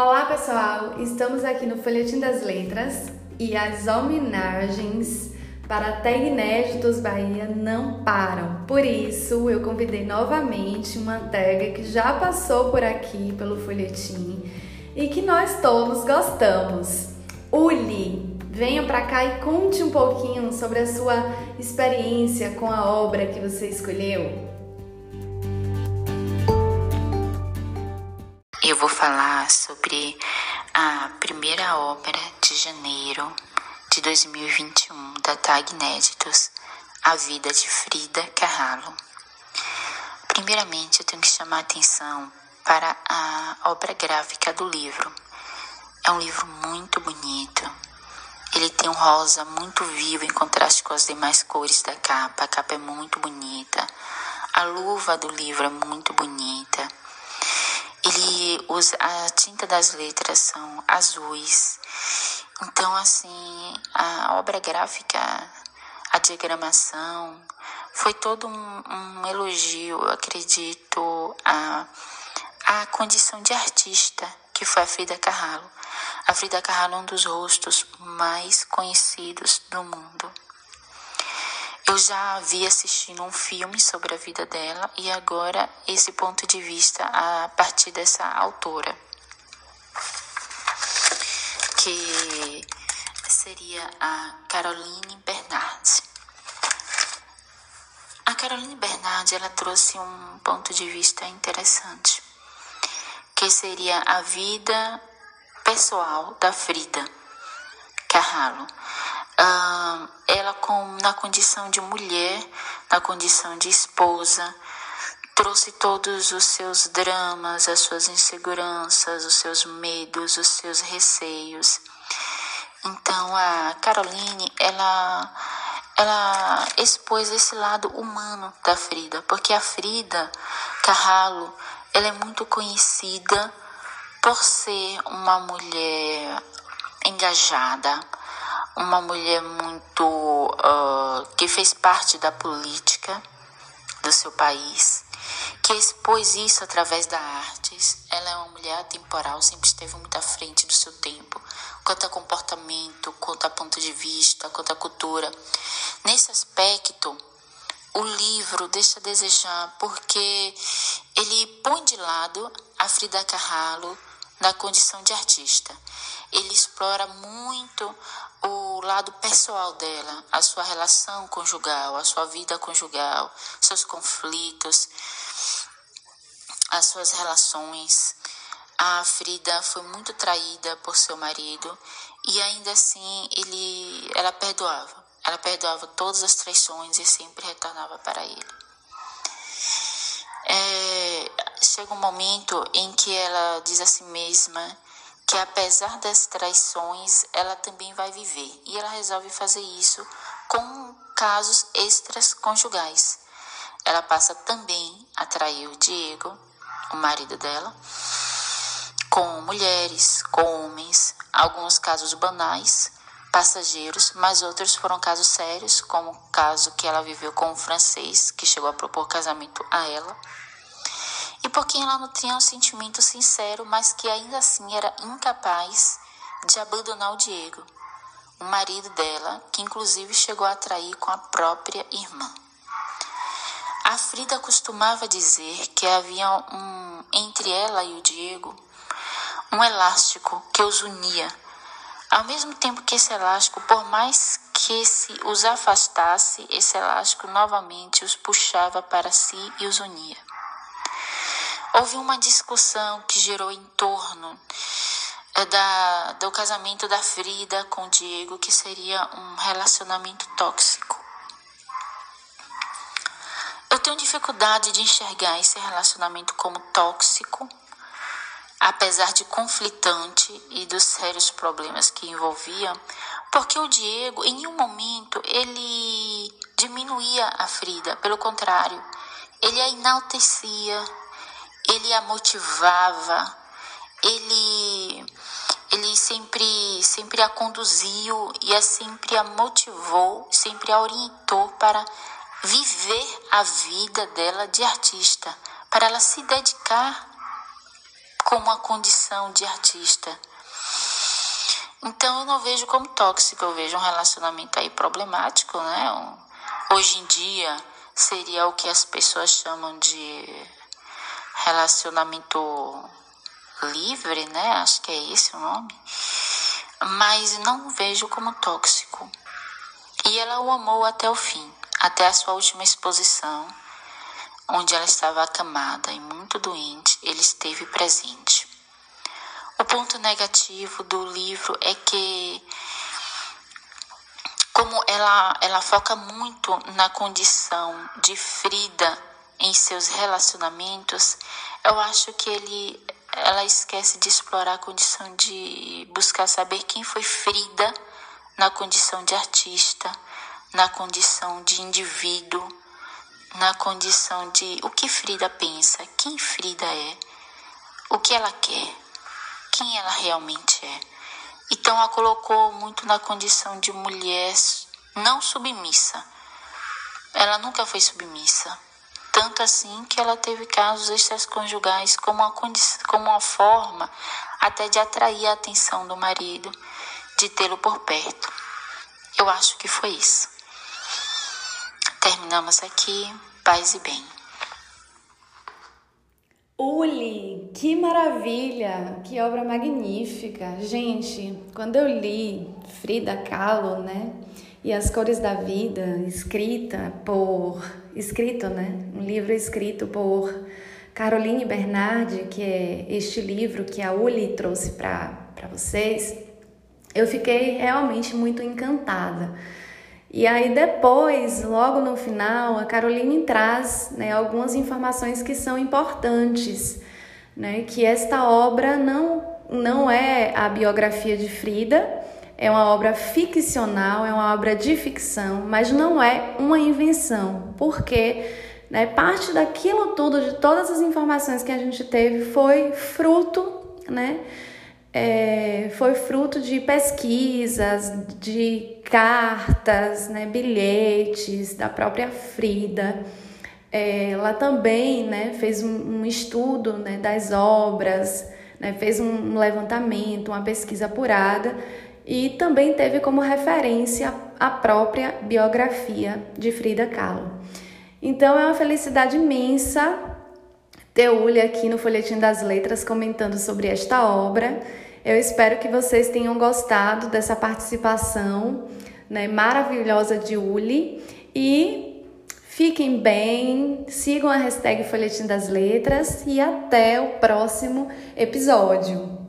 Olá pessoal, estamos aqui no Folhetim das Letras e as homenagens para a Tag Inéditos Bahia não param. Por isso eu convidei novamente uma tag que já passou por aqui pelo Folhetim e que nós todos gostamos. Uli, venha para cá e conte um pouquinho sobre a sua experiência com a obra que você escolheu. Eu vou falar sobre a primeira obra de janeiro de 2021 da Tag Inéditos, A Vida de Frida Kahlo. Primeiramente, eu tenho que chamar a atenção para a obra gráfica do livro. É um livro muito bonito. Ele tem um rosa muito vivo em contraste com as demais cores da capa. A capa é muito bonita. A luva do livro é muito bonita. Ele usa a tinta das letras são azuis. Então, assim, a obra gráfica, a diagramação, foi todo um elogio, eu acredito, à condição de artista que foi a Frida Kahlo. A Frida Kahlo é um dos rostos mais conhecidos do mundo. Eu já havia assistido um filme sobre a vida dela e agora esse ponto de vista a partir dessa autora, que seria a Caroline Bernardi. A Caroline Bernardi, ela trouxe um ponto de vista interessante, que seria a vida pessoal da Frida Kahlo. Ela na condição de mulher, na condição de esposa, trouxe todos os seus dramas, as suas inseguranças, os seus medos, os seus receios. Então a Caroline, ela expôs esse lado humano da Frida, porque a Frida Kahlo, ela é muito conhecida por ser uma mulher engajada, uma mulher muito que fez parte da política do seu país, que expôs isso através da arte. Ela é uma mulher atemporal, sempre esteve muito à frente do seu tempo, quanto a comportamento, quanto a ponto de vista, quanto a cultura. Nesse aspecto, o livro deixa a desejar, porque ele põe de lado a Frida Kahlo na condição de artista. Ele explora muito o lado pessoal dela, a sua relação conjugal, a sua vida conjugal, seus conflitos, as suas relações. A Frida foi muito traída por seu marido e ainda assim ela perdoava todas as traições e sempre retornava para ele. Chega um momento em que ela diz a si mesma que apesar das traições, ela também vai viver. E ela resolve fazer isso com casos extraconjugais. Ela passa também a trair o Diego, o marido dela, com mulheres, com homens, alguns casos banais, passageiros, mas outros foram casos sérios, como o caso que ela viveu com um francês, que chegou a propor casamento a ela. E por quem ela nutria um sentimento sincero, mas que ainda assim era incapaz de abandonar o Diego, o marido dela, que inclusive chegou a trair com a própria irmã. A Frida costumava dizer que havia entre ela e o Diego um elástico que os unia, ao mesmo tempo que esse elástico, por mais que os afastasse, esse elástico novamente os puxava para si e os unia. Houve uma discussão que girou em torno do casamento da Frida com o Diego, que seria um relacionamento tóxico. Eu tenho dificuldade de enxergar esse relacionamento como tóxico, apesar de conflitante e dos sérios problemas que envolvia, porque o Diego, em nenhum momento, ele diminuía a Frida, pelo contrário, ele a enaltecia, ele a motivava, ele sempre a conduziu e sempre a motivou, sempre a orientou para viver a vida dela de artista, para ela se dedicar como a condição de artista. Então eu não vejo como tóxico, eu vejo um relacionamento aí problemático, né? Hoje em dia seria o que as pessoas chamam de relacionamento livre, né? Acho que é esse o nome. Mas não vejo como tóxico. E ela o amou até o fim, até a sua última exposição, onde ela estava acamada e muito doente, ele esteve presente. O ponto negativo do livro é que, como ela foca muito na condição de Frida em seus relacionamentos, eu acho que ela esquece de explorar a condição de buscar saber quem foi Frida na condição de artista, na condição de indivíduo, na condição de o que Frida pensa, quem Frida é, o que ela quer, quem ela realmente é. Então a colocou muito na condição de mulher não submissa. Ela nunca foi submissa. Tanto assim que ela teve casos extraconjugais como uma forma até de atrair a atenção do marido, de tê-lo por perto. Eu acho que foi isso. Terminamos aqui, paz e bem. Uli, que maravilha, que obra magnífica. Gente, quando eu li Frida Kahlo, né, e As Cores da Vida, um livro escrito por Caroline Bernardi, que é este livro que a Uli trouxe para vocês, eu fiquei realmente muito encantada. E aí depois, logo no final, a Caroline traz, né, algumas informações que são importantes, né, que esta obra não é a biografia de Frida, é uma obra ficcional, é uma obra de ficção, mas não é uma invenção, porque, né, parte daquilo tudo, de todas as informações que a gente teve, foi fruto, né, foi fruto de pesquisas, de cartas, né, bilhetes da própria Frida. Ela também, né, fez um estudo, né, das obras, né, fez um levantamento, uma pesquisa apurada e também teve como referência a própria biografia de Frida Kahlo. Então é uma felicidade imensa ter Uli aqui no Folhetim das Letras comentando sobre esta obra. Eu espero que vocês tenham gostado dessa participação, né, maravilhosa de Uli. E fiquem bem, sigam a hashtag Folhetim das Letras e até o próximo episódio.